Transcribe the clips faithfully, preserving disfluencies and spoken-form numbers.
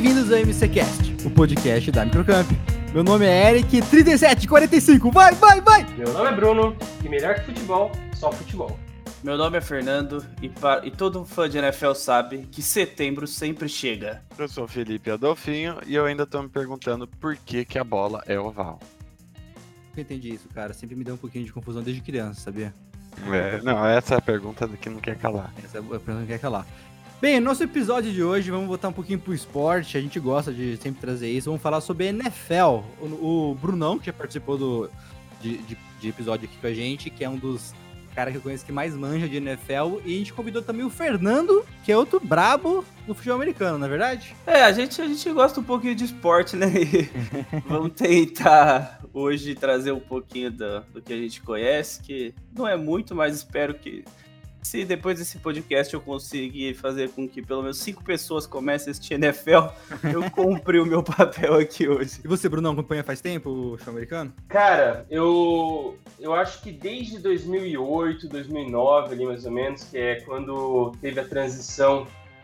bem-vindos ao MCCast, o podcast da Microcamp. Meu nome é Eric, trinta e sete quarenta e cinco, vai, vai, vai! Meu nome é Bruno, e melhor que futebol, só futebol. Meu nome é Fernando, e, pa... e todo fã de N F L sabe que setembro sempre chega. Eu sou o Felipe Adolfinho, e eu ainda tô me perguntando por que, que a bola é oval. Eu entendi isso, cara, sempre me deu um pouquinho de confusão desde criança, sabia? É, não, essa é a pergunta que não quer calar. Essa é a pergunta que não quer calar. Bem, nosso episódio de hoje, vamos botar um pouquinho pro esporte, a gente gosta de sempre trazer isso, vamos falar sobre N F L. O, o Brunão, que já participou do, de, de, de episódio aqui com a gente, que é um dos caras que eu conheço que mais manja de N F L, e a gente convidou também o Fernando, que é outro brabo no futebol americano, não é verdade? É, a gente, a gente gosta um pouquinho de esporte, né? E vamos tentar hoje trazer um pouquinho do, do que a gente conhece, que não é muito, mas espero que se depois desse podcast eu conseguir fazer com que pelo menos cinco pessoas comecem a assistir N F L, eu cumpri o meu papel aqui hoje. E você, Brunão, acompanha faz tempo o futebol americano? Cara, eu, eu acho que desde dois mil e oito, dois mil e nove, ali mais ou menos, que é quando teve a transição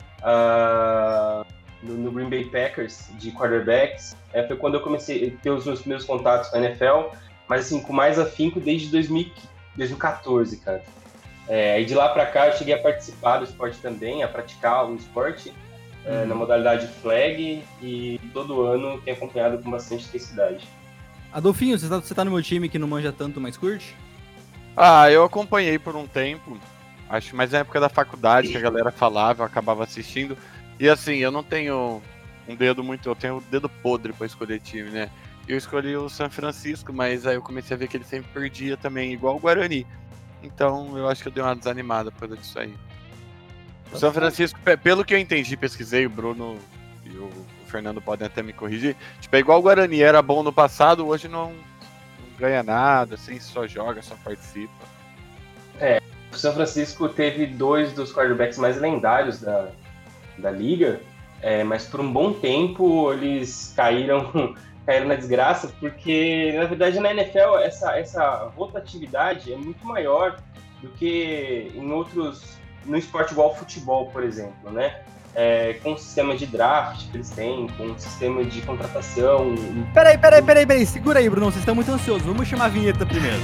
uh, no, no Green Bay Packers de quarterbacks, é, foi quando eu comecei a ter os meus primeiros contatos com a N F L, mas assim, com mais afinco desde dois mil e quatorze, cara. É, e de lá pra cá eu cheguei a participar do esporte também, a praticar o esporte uhum. é, na modalidade flag, e todo ano tenho acompanhado com bastante intensidade. Adolfinho, você tá, você tá no meu time que não manja tanto, mas curte? Ah, eu acompanhei por um tempo, acho, mas na época da faculdade que a galera falava, eu acabava assistindo, e assim, eu não tenho um dedo muito, eu tenho um dedo podre pra escolher time, né? Eu escolhi o São Francisco, mas aí eu comecei a ver que ele sempre perdia também, igual o Guarani. Então, eu acho que eu dei uma desanimada por causa disso aí. O São Francisco, pelo que eu entendi, pesquisei, o Bruno e o Fernando podem até me corrigir, tipo, é igual o Guarani, era bom no passado, hoje não, não ganha nada, assim, só joga, só participa. É, o São Francisco teve dois dos quarterbacks mais lendários da, da liga, é, mas por um bom tempo eles caíram... caíram na desgraça, porque, na verdade, na N F L, essa, essa rotatividade é muito maior do que em outros, no esporte igual ao futebol, por exemplo, né? É, com o sistema de draft que eles têm, com o sistema de contratação... Peraí, peraí, peraí, peraí, segura aí, Bruno, vocês estão muito ansiosos, vamos chamar a vinheta primeiro.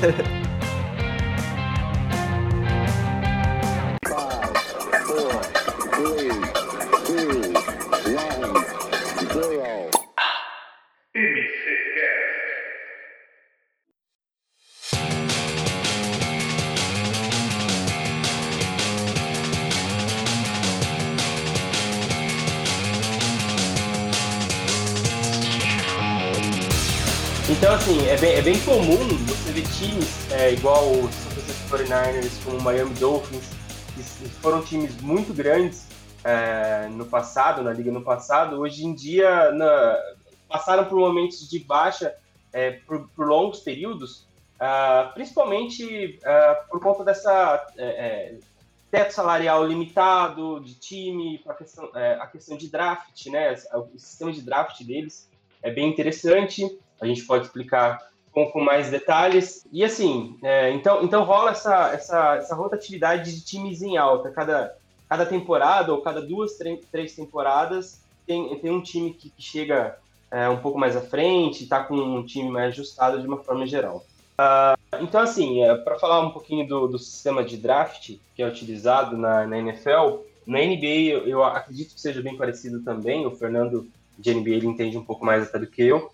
Então, assim, é bem, é bem comum você ver times é, igual o San Francisco quarenta e nove ers, como o Miami Dolphins, que foram times muito grandes é, no passado, na liga no passado, hoje em dia na, passaram por momentos de baixa é, por, por longos períodos, uh, principalmente uh, por conta dessa é, é, teto salarial limitado de time, a questão, é, a questão de draft, né? O sistema de draft deles é bem interessante. A gente pode explicar com, com mais detalhes. E assim, é, então, então rola essa, essa, essa rotatividade de times em alta. Cada, cada temporada, ou cada duas, três, três temporadas, tem, tem um time que, que chega é, um pouco mais à frente, está com um time mais ajustado de uma forma geral. Uh, então, assim, é, para falar um pouquinho do, do sistema de draft que é utilizado na, na N F L, na N B A eu, eu acredito que seja bem parecido também. O Fernando de N B A ele entende um pouco mais até do que eu.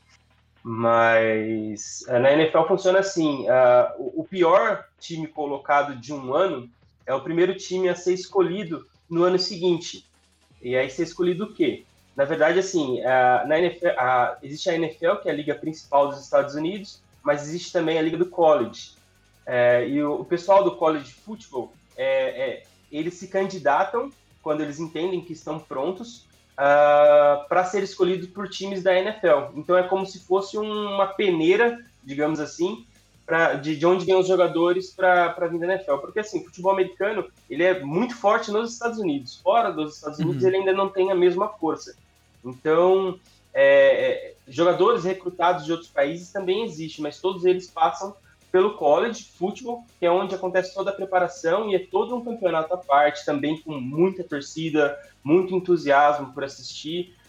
Mas na N F L funciona assim, uh, o pior time colocado de um ano é o primeiro time a ser escolhido no ano seguinte. E aí ser escolhido o quê? Na verdade, assim, uh, na N F L, uh, existe a N F L, que é a liga principal dos Estados Unidos, mas existe também a liga do college. Uh, e o, o pessoal do college football, é, é, eles se candidatam quando eles entendem que estão prontos Uh, para ser escolhido por times da N F L. Então é como se fosse uma peneira, digamos assim, pra, de, de onde vêm os jogadores para vir da N F L. Porque assim, o futebol americano ele é muito forte nos Estados Unidos. Fora dos Estados Unidos uhum. ele ainda não tem a mesma força. Então, é, é, jogadores recrutados de outros países também existem, mas todos eles passam pelo college football, que é onde acontece toda a preparação e é todo um campeonato à parte, também com muita torcida, muito entusiasmo por assistir.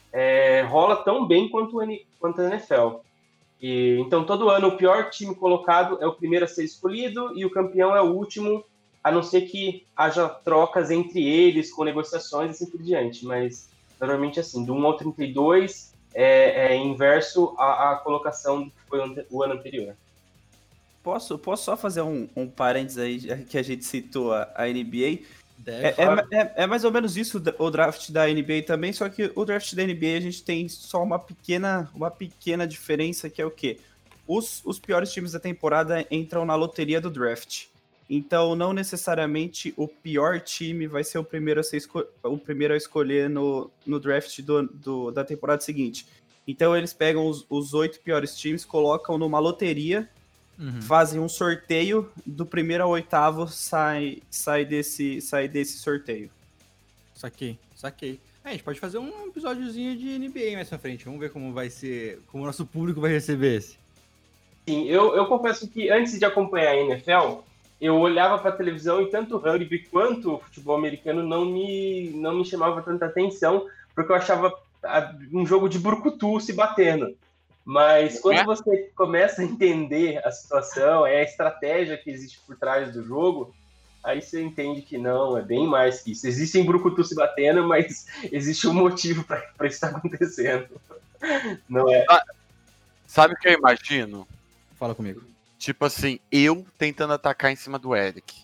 é, rola tão bem quanto, quanto a N F L. E, então, todo ano, o pior time colocado é o primeiro a ser escolhido e o campeão é o último, a não ser que haja trocas entre eles, com negociações e assim por diante. Mas, normalmente, assim, do um ao trinta e dois é, é inverso à, à colocação do que foi o ano anterior. Posso, posso só fazer um, um parênteses aí, já que a gente citou a, a N B A? Deve, É, é, é, é mais ou menos isso o draft da N B A também, só que o draft da N B A a gente tem só uma pequena, uma pequena diferença, que é o quê? Os, os piores times da temporada entram na loteria do draft. Então, não necessariamente o pior time vai ser o primeiro a, ser esco- o primeiro a escolher no, no draft do, do, da temporada seguinte. Então, eles pegam os, os oito piores times, colocam numa loteria, uhum. fazem um sorteio, do primeiro ao oitavo sai, sai, desse, sai desse sorteio. Saquei, saquei. É, a gente pode fazer um episódiozinho de N B A mais pra frente. Vamos ver como vai ser, como o nosso público vai receber esse. Sim, eu, eu confesso que antes de acompanhar a N F L, eu olhava para a televisão e tanto o rugby quanto o futebol americano não me, não me chamava tanta atenção, porque eu achava um jogo de brucutu se batendo. Mas quando você começa a entender a situação, é a estratégia que existe por trás do jogo, aí você entende que não, é bem mais que isso. Existem brucutu se batendo, mas existe um motivo para isso estar acontecendo. Não é? Sabe o que eu imagino? Fala comigo. Tipo assim, eu tentando atacar em cima do Eric.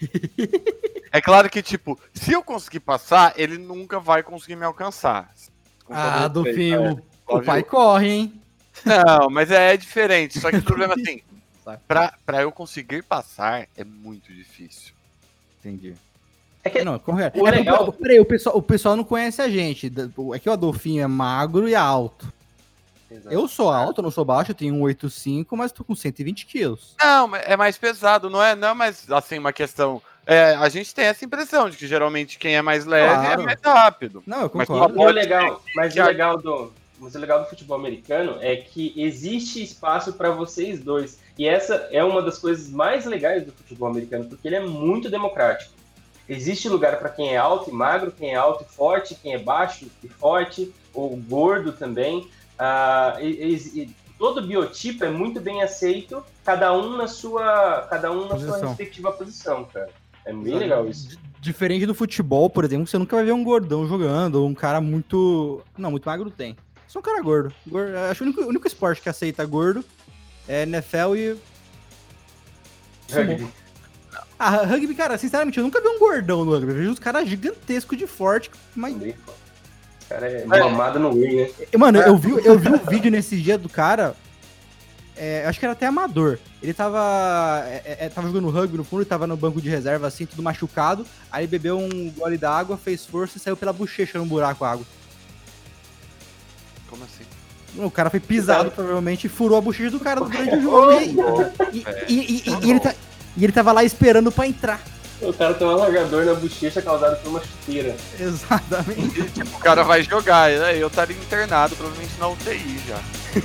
É claro que, tipo, se eu conseguir passar, ele nunca vai conseguir me alcançar. Ah, Dolfinho, o, o pai corre, hein? Não, mas é diferente. Só que o problema é assim, pra, pra eu conseguir passar, é muito difícil. Entendi. É que, não, correto. O, é, legal... peraí, o pessoal, o pessoal não conhece a gente. É que o Adolfinho é magro e alto. Exato. Eu sou alto, eu não sou baixo, eu tenho um vírgula oitenta e cinco, mas tô com cento e vinte quilos. Não, é mais pesado, não é, não é mais, assim, uma questão... É, a gente tem essa impressão de que, geralmente, quem é mais leve claro. é mais rápido. Não, eu concordo. Mas o legal, mas o legal do, mas o legal do futebol americano é que existe espaço para vocês dois. E essa é uma das coisas mais legais do futebol americano, porque ele é muito democrático. Existe lugar para quem é alto e magro, quem é alto e forte, quem é baixo e forte, ou gordo também. Uh, e, e, todo biotipo é muito bem aceito, cada um na sua, cada um na sua respectiva posição, cara. É bem Exato. Legal isso. Diferente do futebol, por exemplo, você nunca vai ver um gordão jogando, ou um cara muito... Não, muito magro tem. Só um cara gordo. gordo. Acho que o único, o único esporte que aceita gordo é N F L e... Rugby. Ah, rugby, cara, sinceramente, eu nunca vi um gordão no rugby. Eu vejo uns caras gigantescos de forte, mas... O cara é mamado no whey, né? Mano, eu vi, eu vi um vídeo nesse dia do cara, é, acho que era até amador. Ele tava, é, é, tava jogando rugby no fundo, ele tava no banco de reserva, assim, tudo machucado. Aí bebeu um gole d'água, fez força e saiu pela bochecha no buraco a água. Como assim? O cara foi pisado, provavelmente, e furou a bochecha do cara durante o jogo. E, e, e, e, e, ele tá, e ele tava lá esperando pra entrar. O cara tem um alargador na bochecha causado por uma chuteira. Exatamente. E, tipo, o cara vai jogar, né? Eu estaria internado, provavelmente na U T I já.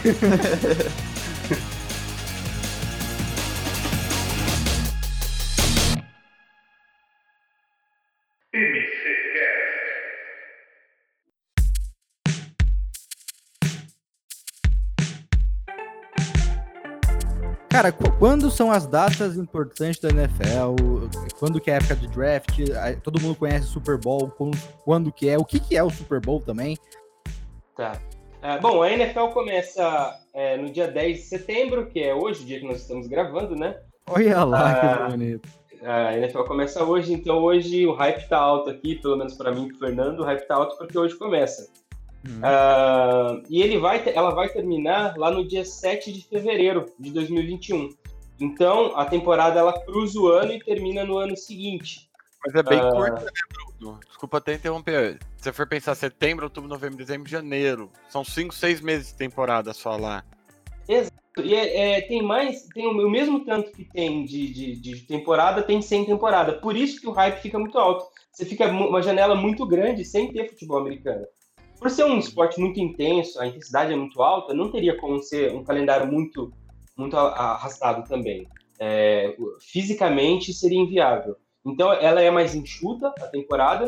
Cara, quando são as datas importantes da N F L? Quando que é a época do draft? Todo mundo conhece o Super Bowl. Quando que é? O que que é o Super Bowl também? Tá. Ah, bom, a N F L começa é, no dia dez de setembro, que é hoje, o dia que nós estamos gravando, né? Olha lá, ah, que bonito. A N F L começa hoje, então hoje o hype tá alto aqui, pelo menos para mim e pro Fernando, o hype tá alto porque hoje começa. Hum. Uh, e ele vai, ela vai terminar lá no dia sete de fevereiro de dois mil e vinte e um. Então, a temporada ela cruza o ano e termina no ano seguinte. Mas é bem uh... curta, né, Bruno? Desculpa até interromper. Se você for pensar setembro, outubro, novembro, dezembro, janeiro. São cinco, seis meses de temporada só lá. Exato. E é, é, tem mais, tem o mesmo tanto que tem de, de, de temporada, tem sem temporada. Por isso que o hype fica muito alto. Você fica uma janela muito grande sem ter futebol americano. Por ser um esporte muito intenso, a intensidade é muito alta, não teria como ser um calendário muito, muito arrastado também. É, fisicamente seria inviável. Então ela é mais enxuta, a temporada,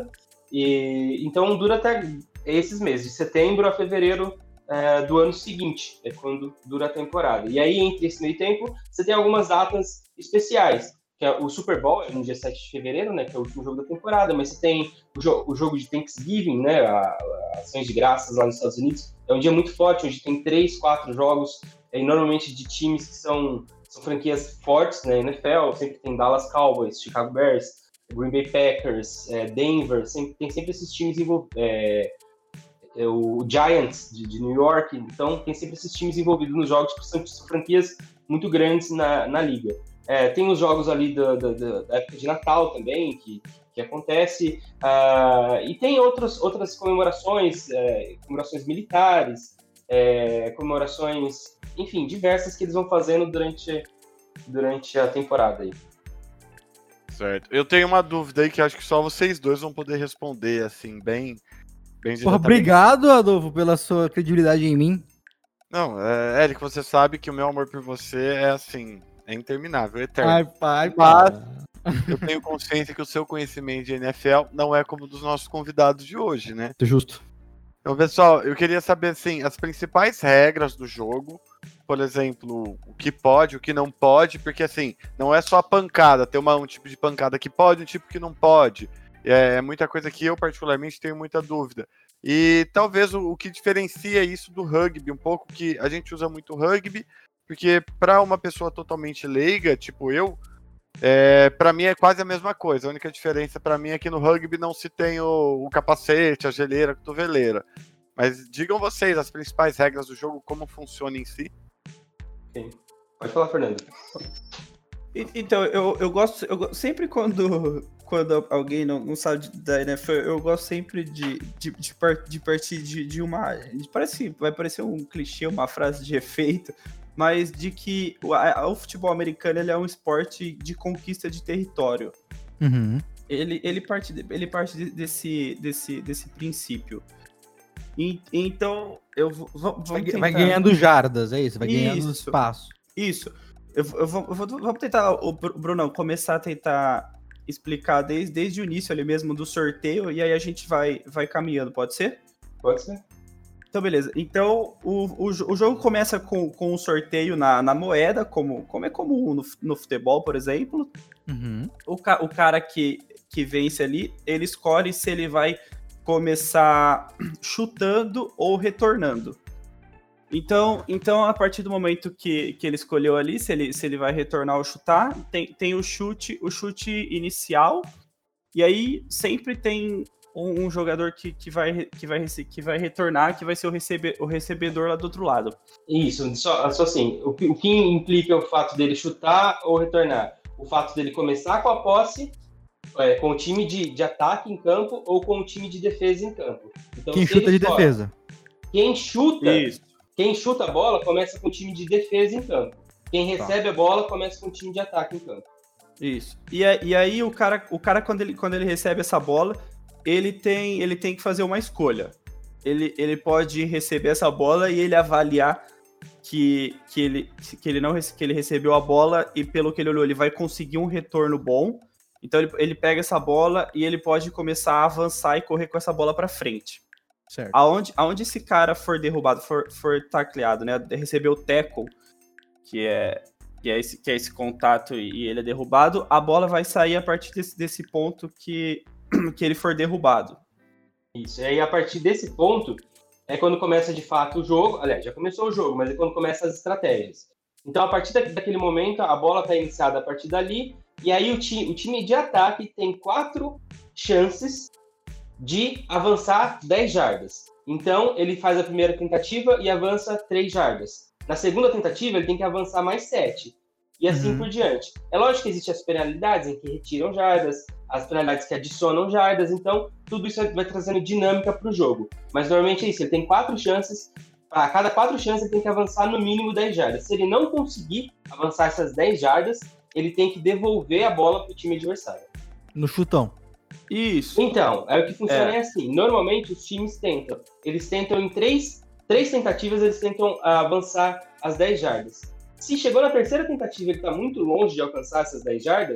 E, então dura até esses meses, de setembro a fevereiro é, do ano seguinte, é quando dura a temporada. E aí, entre esse meio tempo, você tem algumas datas especiais, que é o Super Bowl, é no dia sete de fevereiro, né, que é o último jogo da temporada, mas você tem o, jo- o jogo de Thanksgiving, né, a, a Ações de Graças lá nos Estados Unidos, é um dia muito forte, onde tem três, quatro jogos, é, normalmente de times que são, são franquias fortes, né, N F L, sempre tem Dallas Cowboys, Chicago Bears, Green Bay Packers, é, Denver, sempre, tem sempre esses times envolvidos, é, é, o Giants de, de New York, então tem sempre esses times envolvidos nos jogos, que são, são franquias muito grandes na, na liga. É, tem os jogos ali da, da, da época de Natal também, que, que acontece, uh, e tem outros, outras comemorações, é, comemorações militares, é, comemorações, enfim, diversas que eles vão fazendo durante, durante a temporada aí. Certo. Eu tenho uma dúvida aí que acho que só vocês dois vão poder responder, assim, bem... bem Porra, obrigado, Adolfo, pela sua credibilidade em mim. Não, é, Eric, você sabe que o meu amor por você é, assim, é interminável, é eterno. Ai, pai, Mas eu tenho consciência que o seu conhecimento de N F L não é como o dos nossos convidados de hoje, né? Justo. Então, pessoal, eu queria saber, assim, as principais regras do jogo, por exemplo, o que pode, o que não pode, porque, assim, não é só a pancada, tem uma, um tipo de pancada que pode, um tipo que não pode. É, é muita coisa que eu, particularmente, tenho muita dúvida. E talvez o, o que diferencia isso do rugby, um pouco que a gente usa muito rugby, porque para uma pessoa totalmente leiga, tipo eu, é, para mim é quase a mesma coisa. A única diferença para mim é que no rugby não se tem o, o capacete, a geleira, a cotoveleira. Mas digam vocês as principais regras do jogo, como funciona em si. Sim. Pode falar, Fernando. Então, eu, eu gosto, eu sempre quando, quando alguém não, não sabe da N F L, eu gosto sempre de, de, de, part, de partir de, de uma... Parece, vai parecer um clichê, uma frase de efeito, mas de que o, a, o futebol americano ele é um esporte de conquista de território. Uhum. Ele, ele parte, ele parte desse, desse, desse princípio. E, então, eu vou, vamos vai, tentar... vai ganhando jardas, é isso? Vai Isso. ganhando espaço. Isso. Eu, eu, vou, eu vou, vamos tentar, o Brunão, começar a tentar explicar desde, desde o início ali mesmo do sorteio, e aí a gente vai, vai caminhando, pode ser? Pode ser. Então, beleza. Então, o, o, o jogo começa com, com um sorteio na, na moeda, como, como é comum no, no futebol, por exemplo. Uhum. O, ca, o cara que, que vence ali, ele escolhe se ele vai começar chutando ou retornando. Então, então, a partir do momento que, que ele escolheu ali, se ele, se ele vai retornar ou chutar, tem, tem o chute, o chute inicial, e aí sempre tem um, um jogador que, que, vai, que, vai, que vai retornar, que vai ser o, recebe, o recebedor lá do outro lado. Isso, só, só assim, o, o que implica o fato dele chutar ou retornar? O fato dele começar com a posse, é, com o time de, de ataque em campo ou com o time de defesa em campo. Então, quem chuta de escolhe, defesa. Quem chuta... Isso. Quem chuta a bola começa com o time de defesa em campo. Quem recebe tá. a bola começa com o time de ataque em campo. Isso. E, e aí o cara, o cara quando, ele, quando ele recebe essa bola, ele tem, ele tem que fazer uma escolha. Ele, ele pode receber essa bola e ele avaliar que, que, ele, que, ele não, que ele recebeu a bola e pelo que ele olhou, ele vai conseguir um retorno bom. Então ele, ele pega essa bola e ele pode começar a avançar e correr com essa bola para frente. Certo. Aonde, aonde esse cara for derrubado, for, for tacleado, né? Receber o tackle, que é, que é, esse, que é esse contato e, e ele é derrubado, a bola vai sair a partir desse, desse ponto que, que ele for derrubado. Isso, e aí a partir desse ponto é quando começa de fato o jogo. Aliás, já começou o jogo, mas é quando começam as estratégias. Então, a partir daquele momento, a bola está iniciada a partir dali, e aí o, ti, o time de ataque tem quatro chances de avançar dez jardas. Então, ele faz a primeira tentativa e avança três jardas. Na segunda tentativa, ele tem que avançar mais sete. E assim uhum. por diante. É lógico que existem as penalidades em que retiram jardas, as penalidades que adicionam jardas, então tudo isso vai trazendo dinâmica para o jogo. Mas normalmente é isso, ele tem quatro chances, a cada quatro chances ele tem que avançar no mínimo dez jardas. Se ele não conseguir avançar essas dez jardas, ele tem que devolver a bola para o time adversário. No chutão. Isso. Então, é o que funciona é. é assim. Normalmente os times tentam. Eles tentam em três, três tentativas, eles tentam uh, avançar as dez jardas. Se chegou na terceira tentativa e ele está muito longe de alcançar essas dez jardas,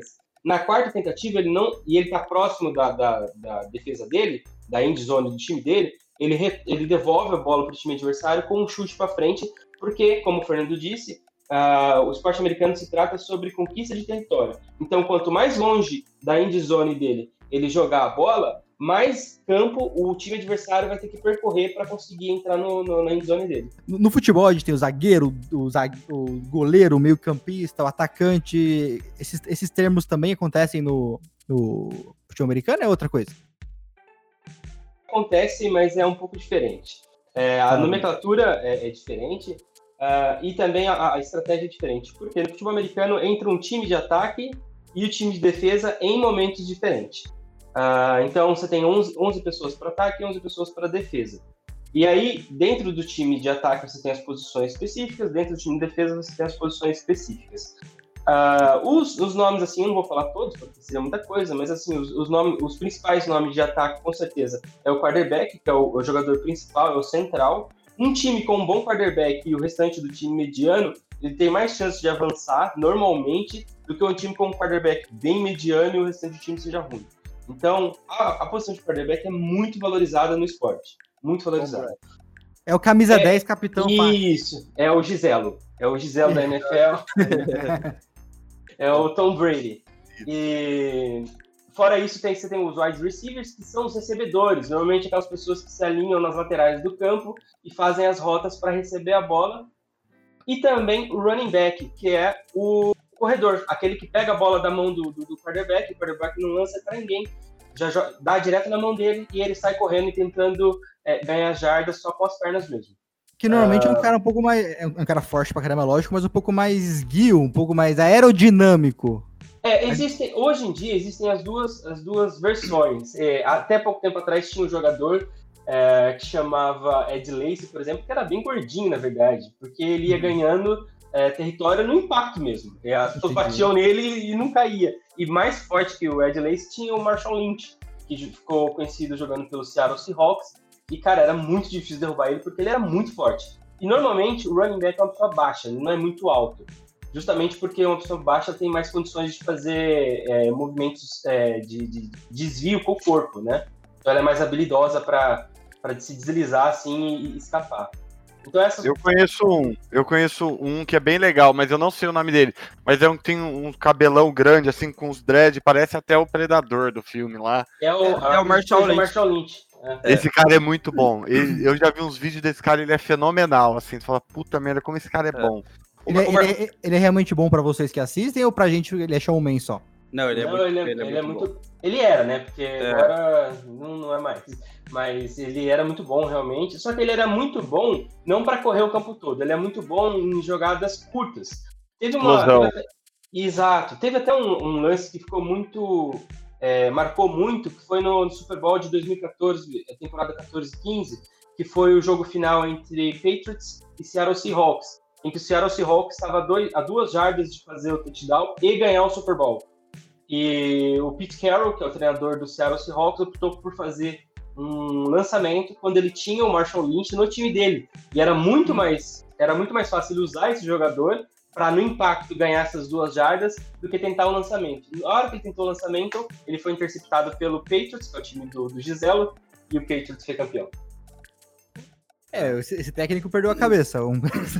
Na quarta tentativa, ele não, e ele tá próximo da, da, da defesa dele, da end zone do time dele, ele, re, ele devolve a bola para o time adversário com um chute para frente, porque, como o Fernando disse, uh, o esporte americano se trata sobre conquista de território. Então, quanto mais longe da end zone dele ele jogar a bola, mais campo o time adversário vai ter que percorrer para conseguir entrar no, no, na endzone dele. No, no futebol a gente tem o zagueiro, o, zague, o goleiro, o meio-campista, o atacante. Esses, esses termos também acontecem no, no futebol americano, é outra coisa? Acontece, mas é um pouco diferente. É, a ah, nomenclatura é, é diferente uh, e também a, a estratégia é diferente. Porque no futebol americano entra um time de ataque e o time de defesa em momentos diferentes. Uh, então, você tem onze, onze pessoas para ataque e onze pessoas para defesa. E aí, dentro do time de ataque, você tem as posições específicas, dentro do time de defesa, você tem as posições específicas. Uh, os, os nomes, assim, eu não vou falar todos, porque seria muita coisa, mas, assim, os, os, nomes, os principais nomes de ataque, com certeza, é o quarterback, que é o, o jogador principal, é o central. Um time com um bom quarterback e o restante do time mediano, ele tem mais chance de avançar, normalmente, do que um time com um quarterback bem mediano e o restante do time seja ruim. Então, a, a posição de quarterback é muito valorizada no esporte. Muito valorizada. É o camisa é, dez, capitão. Isso, fácil. É o Giselo. É o Giselo da N F L. É o Tom Brady. E fora isso, tem, você tem os wide receivers, que são os recebedores. Normalmente aquelas pessoas que se alinham nas laterais do campo e fazem as rotas para receber a bola. E também o running back, que é o corredor, aquele que pega a bola da mão do, do, do quarterback, o quarterback não lança para ninguém, já joga, dá direto na mão dele e ele sai correndo e tentando é, ganhar jardas só com as pernas mesmo. Que normalmente uh... é um cara um pouco mais, é um cara forte pra caramba, lógico, mas um pouco mais esguio, um pouco mais aerodinâmico. É, existem, hoje em dia existem as duas, as duas versões. É, até pouco tempo atrás tinha um jogador é, que chamava Ed Lacy, por exemplo, que era bem gordinho, na verdade, porque ele ia uhum. ganhando É, território no impacto mesmo. As pessoas batiam nele e não caía. E mais forte que o Ed Lacy tinha o Marshawn Lynch, que ficou conhecido jogando pelo Seattle Seahawks. E, cara, era muito difícil derrubar ele porque ele era muito forte. E, normalmente, o running back é uma pessoa baixa, ele não é muito alto. Justamente porque uma pessoa baixa tem mais condições de fazer é, movimentos é, de, de desvio com o corpo, né? Então, ela é mais habilidosa para se deslizar assim e escapar. Então, essas... Eu conheço um, eu conheço um que é bem legal, mas eu não sei o nome dele. Mas é um que tem um cabelão grande, assim, com os dread, parece até o Predador do filme lá. É o, é, é o Marshawn Lynch. Lynch. É. Esse cara é muito bom. Ele, eu já vi uns vídeos desse cara, ele é fenomenal, assim. Tu fala, puta merda, como esse cara é, é. bom. Ele, é, ele, é, ele é realmente bom pra vocês que assistem ou pra gente ele é showman só? Não, ele é, não, muito, ele é, ele é, ele é muito, muito Ele era, né? Porque é. agora não, não é mais. Mas ele era muito bom, realmente. Só que ele era muito bom, não para correr o campo todo. Ele é muito bom em jogadas curtas. Teve uma... Teve até, exato. Teve até um, um lance que ficou muito... É, marcou muito, que foi no, no Super Bowl de dois mil e catorze, a temporada catorze quinze, que foi o jogo final entre Patriots e Seattle Seahawks, em que o Seattle Seahawks estava a duas jardas de fazer o touchdown e ganhar o Super Bowl. E o Pete Carroll, que é o treinador do Seattle Seahawks, optou por fazer um lançamento quando ele tinha o Marshawn Lynch no time dele. E era muito mais, era muito mais fácil usar esse jogador para, no impacto, ganhar essas duas jardas do que tentar o lançamento. Na hora que ele tentou o lançamento, ele foi interceptado pelo Patriots, que é o time do, do Giselo, e o Patriots foi campeão. É, esse, esse técnico perdeu a cabeça. Um...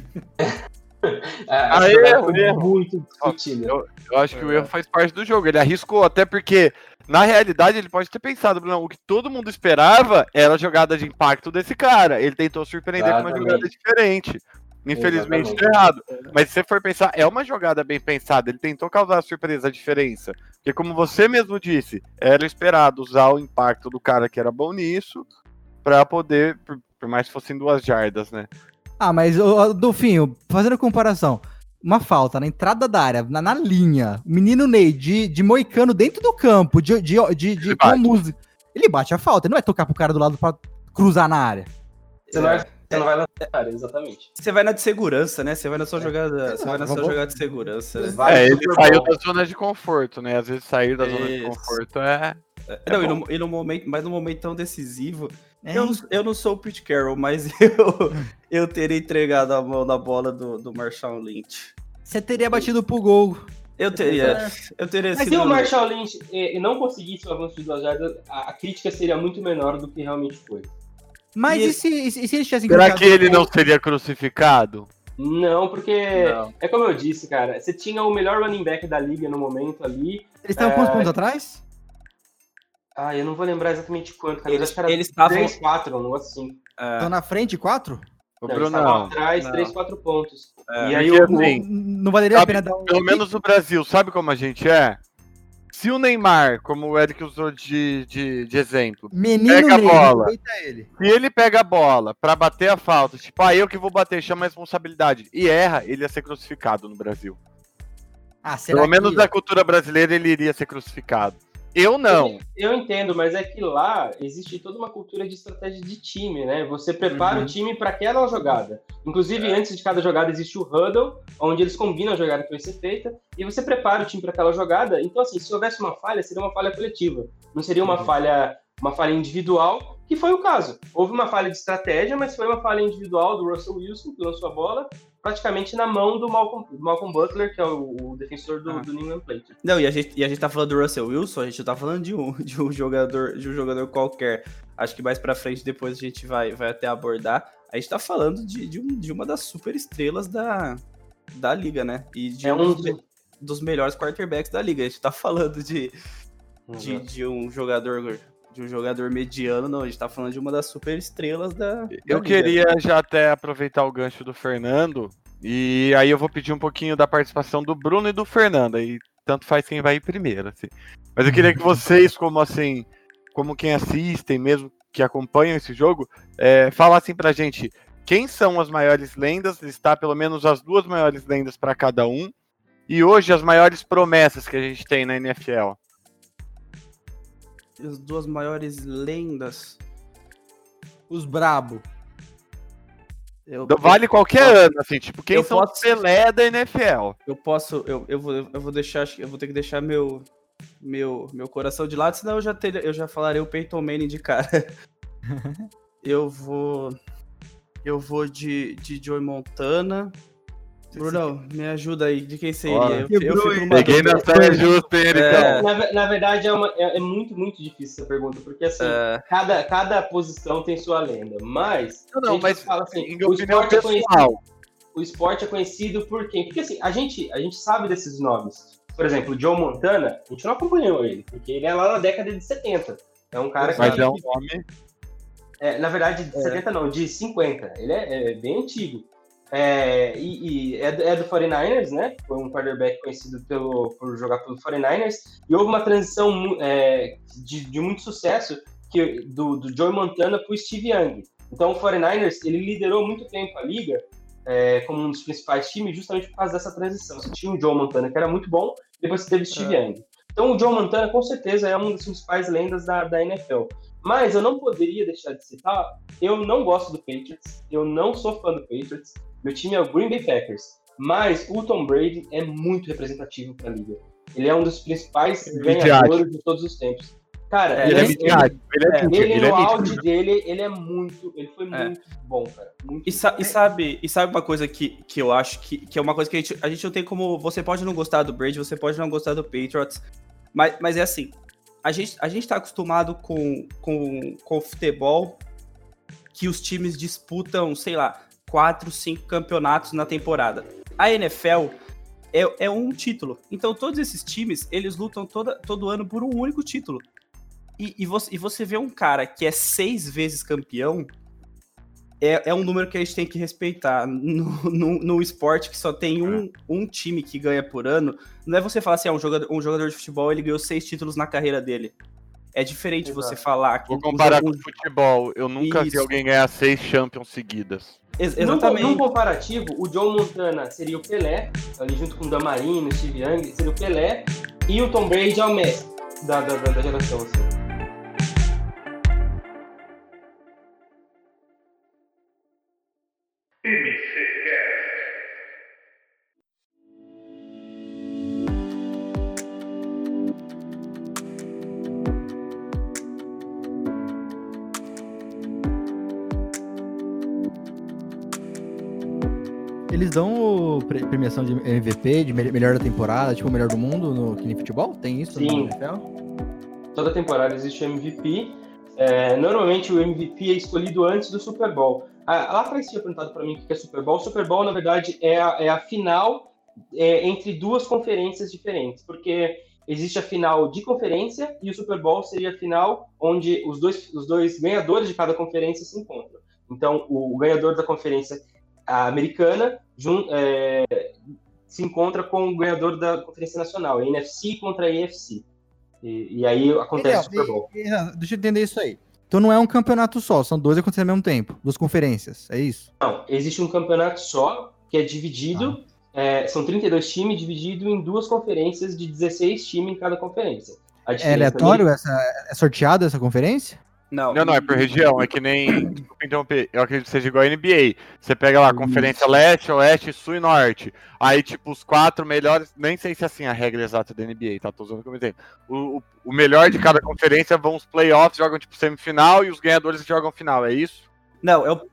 ah, erro, erro. Muito discutido. Eu, eu acho que o erro faz parte do jogo. Ele arriscou, até porque, na realidade, ele pode ter pensado, Bruno, o que todo mundo esperava era a jogada de impacto desse cara. Ele tentou surpreender Exatamente. com uma jogada diferente. Infelizmente, Exatamente. tá errado. Mas se você for pensar, é uma jogada bem pensada. Ele tentou causar a surpresa, a diferença. Porque, como você mesmo disse, era esperado usar o impacto do cara que era bom nisso pra poder, por, por mais que fossem duas jardas, né? Ah, mas, ô, Dolfinho, fazendo comparação, uma falta na entrada da área, na, na linha, o menino Ney de, de moicano dentro do campo, de, de, de, de com música, ele bate a falta, ele não vai tocar pro cara do lado pra cruzar na área. Você não vai, você não vai na área, exatamente. Você vai na de segurança, né? Você vai na sua jogada, é, você vai na sua jogada de segurança. Né? É, ele saiu da zona de conforto, né? Às vezes sair da Isso. zona de conforto é... é não, e no, e no momento, mas no momento tão decisivo... É. Eu, não, eu não sou o Pete Carroll, mas eu, eu teria entregado a mão na bola do, do Marshawn Lynch. Você teria batido pro gol. Eu teria, eu teria Mas sido... se o Marshall Lynch eh, não conseguisse o avanço de duas jardas, a, a crítica seria muito menor do que realmente foi. Mas E e, se, e se e se eles tivessem Será colocado- que ele não seria crucificado? Não, porque Não. é como eu disse, cara, você tinha o melhor running back da liga no momento ali. Eles estavam É. quantos pontos atrás? Ah, eu não vou lembrar exatamente quanto, cara. Eles- Mas acho que era eles estavam- três, quatro, um negócio assim. É, Estão na frente, quatro? Ô, Não, eles estavam Brunão, atrás, Não. três, quatro pontos. É. E aí Porque o, assim, Não valeria a sabe, pena dar um. pelo menos no Brasil, sabe como a gente é? Se o Neymar, como o Eric usou de, de, de exemplo, Menino pega a Ney, bola. respeita ele. se ele pega a bola pra bater a falta, tipo, ah, eu que vou bater, chama a responsabilidade, e erra, ele ia ser crucificado no Brasil. Ah, será Pelo menos que... da cultura brasileira, ele iria ser crucificado. Eu não. Eu entendo, mas é que lá existe toda uma cultura de estratégia de time, né? Você prepara Uhum. o time para aquela jogada. Inclusive, antes de cada jogada existe o huddle, onde eles combinam a jogada que vai ser feita, e você prepara o time para aquela jogada. Então, assim, se houvesse uma falha, seria uma falha coletiva. Não seria uma Uhum. falha, uma falha individual, que foi o caso. Houve uma falha de estratégia, mas foi uma falha individual do Russell Wilson, que lançou a bola, praticamente na mão do Malcolm, do Malcolm Butler, que é o, o defensor do, Ah. do New England Patriots. Não, e a, gente, e a gente tá falando do Russell Wilson, a gente não tá falando de um, de um, jogador, de um jogador qualquer. Acho que mais pra frente, depois a gente vai, vai até abordar. A gente tá falando de, de, um, de uma das super estrelas da, da liga, né? E de É um um dos, me- dos melhores quarterbacks da liga. A gente tá falando de, de, de um jogador de um jogador mediano, não. A gente tá falando de uma das super estrelas da, da Eu liga. queria já até aproveitar o gancho do Fernando, e aí eu vou pedir um pouquinho da participação do Bruno e do Fernando, aí tanto faz quem vai ir primeiro, assim. Mas eu queria que vocês, como assim, como quem assistem mesmo, que acompanham esse jogo, é, falassem pra gente quem são as maiores lendas, listar pelo menos as duas maiores lendas para cada um, e hoje as maiores promessas que a gente tem na N F L. As duas maiores lendas. Os brabo. Eu, Vale qualquer eu, ano, assim, tipo, quem eu são os posso- Pelé da N F L? Eu posso, eu, eu, vou, eu vou deixar, acho que eu vou ter que deixar meu, meu, meu coração de lado, senão eu já, ter, eu já falarei o Peyton Manning de cara. Eu vou, eu vou de, de Joey Montana. Bruno, me ajuda aí, de quem seria? Bora. Eu, eu Quebrou, fico hein? numa Peguei dúvida. na saia justa, hein, Ericão? É. Na, ve- na verdade, é, uma- é- é muito, muito difícil essa pergunta, porque assim, É, cada, cada posição tem sua lenda. Mas, Não, a não, gente mas fala assim, em o opinião esporte, é conhecido, pessoal. o esporte é conhecido por quem? Porque assim, a gente, a gente sabe desses nomes. Por exemplo, o Joe Montana, a gente não acompanhou ele, porque ele é lá na década de setenta. É um cara que... Mas é um nome. É, na verdade, de É. setenta não, de cinquenta. Ele é, é bem antigo. É, e e é, do- é do quarenta e nove ers, né? Foi um quarterback conhecido pelo, por jogar pelo quarenta e nove ers. E houve uma transição mu- é, de, de muito sucesso que, do, do Joe Montana para o Steve Young. Então, o quarenta e nove ers ele liderou muito tempo a liga é, como um dos principais times justamente por causa dessa transição. Você tinha o Joe Montana, que era muito bom, depois você teve o Steve É. Young. Então, o Joe Montana, com certeza, é uma das principais lendas da, da N F L. Mas eu não poderia deixar de citar, eu não gosto do Patriots, eu não sou fã do Patriots, meu time é o Green Bay Packers, mas o Tom Brady é muito representativo para a liga. Ele é um dos principais Midiático. ganhadores de todos os tempos. Cara, É, Ele é ele, midiático, ele é é, mítico, ele ele é no mítico. auge dele, ele é muito, ele foi É. muito bom, cara. Muito E, sa- e sabe, e sabe uma coisa que, que eu acho que, que é uma coisa que a gente, a gente não tem como. Você pode não gostar do Brady, você pode não gostar do Patriots, mas, mas é assim. A gente, a gente tá acostumado com, com, com futebol que os times disputam, sei lá, quatro, cinco campeonatos na temporada. A N F L é, é um título. Então todos esses times, eles lutam toda, todo ano por um único título. E, e, você, e você vê um cara que é seis vezes campeão, é, é um número que a gente tem que respeitar. No, no, no esporte que só tem um, um time que ganha por ano, não é você falar assim, ah, um jogador, um jogador de futebol, ele ganhou seis títulos na carreira dele. É diferente Exato. você falar que... Vou comparar um- com futebol. Eu nunca vi Isso. alguém ganhar seis Champions seguidas. Ex- Num, exatamente. num comparativo, o Joe Montana seria o Pelé, ali junto com o Damarino, o Steve Young, seria o Pelé, e o Tom Brady é o Messi da, da, da, da geração, assim. Eles dão pre- premiação de M V P, de me- melhor da temporada, tipo, melhor do mundo no que nem futebol? Tem isso Sim. no N F L? Toda temporada existe o M V P. É, normalmente o M V P é escolhido antes do Super Bowl. A, lá atrás tinha perguntado para mim o que é Super Bowl. Super Bowl, na verdade, é a, é a final é, entre duas conferências diferentes, porque existe a final de conferência e o Super Bowl seria a final onde os dois, os dois ganhadores de cada conferência se encontram. Então, o, o ganhador da conferência americana jun, é, se encontra com o ganhador da conferência nacional, a N F C contra a A F C. E, e aí acontece o Super Bowl. E, e, deixa eu entender isso aí. Então não é um campeonato só, são dois acontecendo ao mesmo tempo, duas conferências, é isso? Não, existe um campeonato só, que é dividido, ah. é, são trinta e dois times, dividido em duas conferências de dezesseis times em cada conferência. É aleatório? Essa, é sorteado essa conferência? Não. Não, não, é por região, é que nem, desculpa interromper, eu acredito que seja igual a N B A. Você pega lá, Conferência Leste, Oeste, Sul e Norte. Aí, tipo, os quatro melhores, nem sei se é assim a regra exata da N B A, tá? Tô usando como exemplo. O, o, o melhor de cada conferência vão os playoffs, jogam, tipo, semifinal e os ganhadores jogam final, é isso? Não, é o...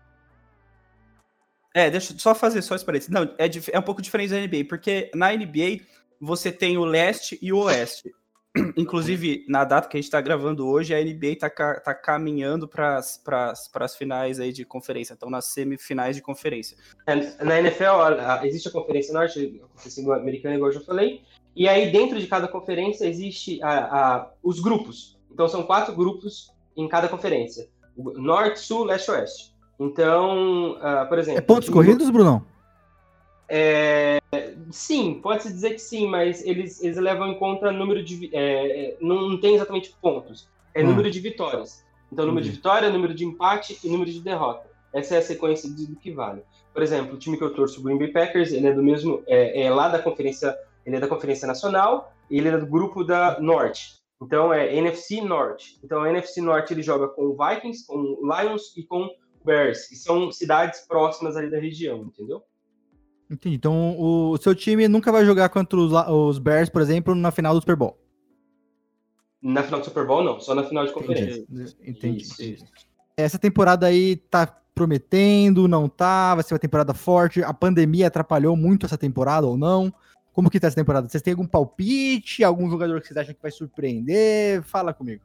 É, deixa eu só fazer só esse parênteses. Não, é, é um pouco diferente da N B A, porque na N B A você tem o Leste e o Oeste. Inclusive, na data que a gente está gravando hoje, a N B A está tá caminhando para as finais aí de conferência, estão nas semifinais de conferência. Na N F L, a, a, existe a Conferência Norte, a Conferência Americana, igual eu já falei, e aí dentro de cada conferência existe a, a, os grupos. Então, são quatro grupos em cada conferência. Norte, Sul, Leste e Oeste. Então, uh, por exemplo... É pontos corridos, Brunão? É, sim, pode-se dizer que sim, mas eles, eles levam em conta número de... É, não, não tem exatamente pontos, é hum. número de vitórias. Então, número Entendi. de vitória, número de empate e número de derrota. Essa é a sequência do que vale. Por exemplo, o time que eu torço, o Green Bay Packers, ele é do mesmo... É, é lá da conferência... Ele é da Conferência Nacional e ele é do grupo da Norte. Então, é N F C Norte. Então, a N F C Norte ele joga com o Vikings, com o Lions e com o Bears, que são cidades próximas ali da região, entendeu? Entendi. Então, o, o seu time nunca vai jogar contra os, os Bears, por exemplo, na final do Super Bowl? Na final do Super Bowl, não. Só na final de conferência. Entendi. Entendi. Isso, isso. Essa temporada aí tá prometendo, não tá? Vai ser uma temporada forte? A pandemia atrapalhou muito essa temporada ou não? Como que tá essa temporada? Vocês têm algum palpite? Algum jogador que vocês acham que vai surpreender? Fala comigo.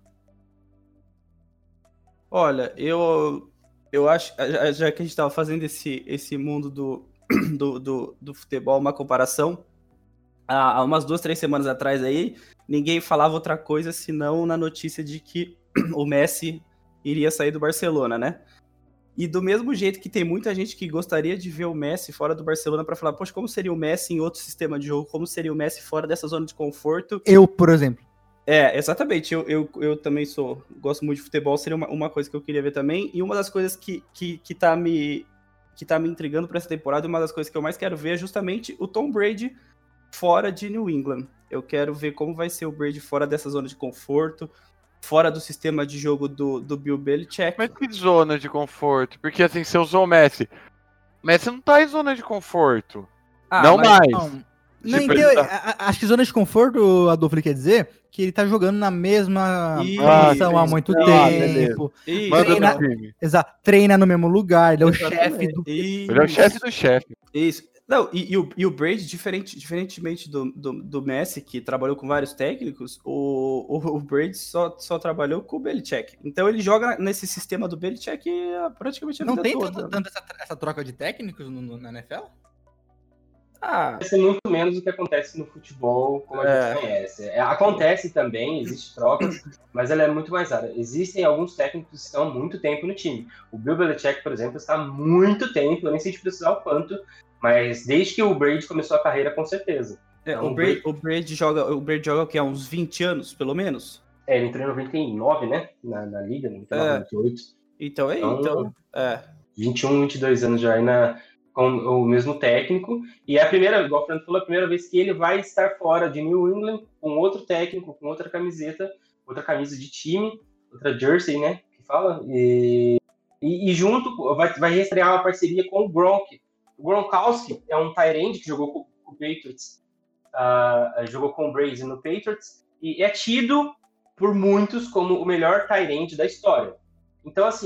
Olha, eu, eu acho... Já que a gente tava fazendo esse, esse mundo do... Do, do, do futebol, uma comparação, há, há umas duas, três semanas atrás aí, ninguém falava outra coisa senão na notícia de que o Messi iria sair do Barcelona, né? E do mesmo jeito que tem muita gente que gostaria de ver o Messi fora do Barcelona para falar, poxa, como seria o Messi em outro sistema de jogo, como seria o Messi fora dessa zona de conforto. Eu, por exemplo. É, exatamente, eu, eu, eu também sou, gosto muito de futebol, seria uma, uma coisa que eu queria ver também, e uma das coisas que, que, que tá me... que tá me intrigando para essa temporada, e uma das coisas que eu mais quero ver é justamente o Tom Brady fora de New England. Eu quero ver como vai ser o Brady fora dessa zona de conforto, fora do sistema de jogo do, do Bill Belichick. Mas que zona de conforto? Porque assim, você usou o Messi. Messi não tá em zona de conforto. Ah, não mas, mais. Não, não entendo, tá... Acho que zona de conforto, Adolfo, ele quer dizer que ele tá jogando na mesma posição há muito não, tempo. Isso, treina, exato, treina no mesmo lugar, ele é o chefe do... Isso. Ele é o chefe do chefe. Isso. Não, e, e, o, e o Brady, diferente, diferentemente do, do, do Messi, que trabalhou com vários técnicos, o, o, o Brady só, só trabalhou com o Belichick. Então ele joga nesse sistema do Belichick praticamente a não vida toda. Não tem tanto essa, essa troca de técnicos no, no, na N F L? Ah, é muito menos do que acontece no futebol, como a é. gente conhece. É, acontece também, existe trocas, mas ela é muito mais rara. Existem alguns técnicos que estão há muito tempo no time. O Bill Belichick, por exemplo, está há muito tempo, eu nem sei te precisar o quanto, mas desde que o Brady começou a carreira, com certeza. É, então, o, Brady, o, Brady joga, o Brady joga o quê? Há uns vinte anos, pelo menos? É, ele entrou em noventa e nove, né? Na, na Liga, noventa e nove, noventa e oito. Então é, então... então é. vinte e um, vinte e dois anos já aí na... com o mesmo técnico, e é a primeira, igual o Fernando falou, a primeira vez que ele vai estar fora de New England com outro técnico, com outra camiseta, outra camisa de time, outra jersey, né, que fala, e, e, e junto vai, vai reestrear uma parceria com o Gronk. O Gronkowski é um tight end que jogou com, com o Patriots, uh, jogou com o Brady no Patriots, e é tido por muitos como o melhor tight end da história. Então, assim,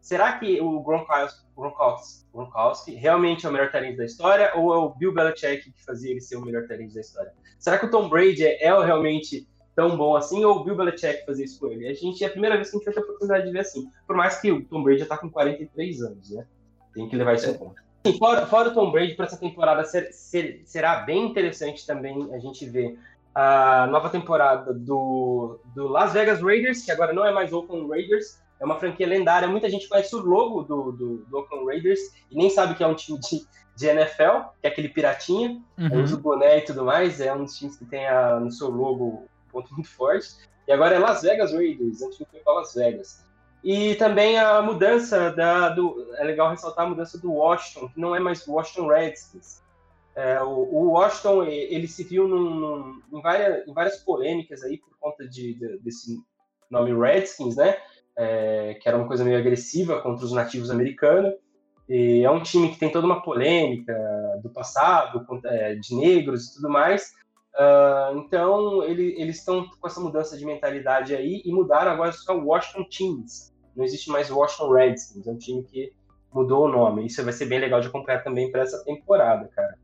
será que o Gronkowski, Gronkowski, Gronkowski realmente é o melhor talento da história ou é o Bill Belichick que fazia ele ser o melhor talento da história? Será que o Tom Brady é, é realmente tão bom assim ou o Bill Belichick fazia isso com ele? A gente é a primeira vez que a gente vai ter a oportunidade de ver assim. Por mais que o Tom Brady já tá com quarenta e três anos, né? Tem que levar isso em conta. Sim, fora, fora o Tom Brady, para essa temporada ser, ser, será bem interessante também a gente ver a nova temporada do, do Las Vegas Raiders, que agora não é mais Oakland Raiders, é uma franquia lendária. Muita gente conhece o logo do, do, do Oakland Raiders e nem sabe que é um time de, de N F L, que é aquele piratinha, uhum. usa o boné e tudo mais, é um dos times que tem a, no seu logo um ponto muito forte. E agora é Las Vegas Raiders, antes foi para Las Vegas. E também a mudança da... Do, é legal ressaltar a mudança do Washington, que não é mais Washington Redskins. É, o, o Washington, ele se viu num, num, em, várias, em várias polêmicas aí por conta de, de, desse nome Redskins, né? É, que era uma coisa meio agressiva contra os nativos americanos. E é um time que tem toda uma polêmica do passado, é, de negros e tudo mais. Uh, então, ele, eles estão com essa mudança de mentalidade aí e mudaram agora só o Washington Teams. Não existe mais Washington Redskins, é um time que mudou o nome. Isso vai ser bem legal de acompanhar também para essa temporada, cara.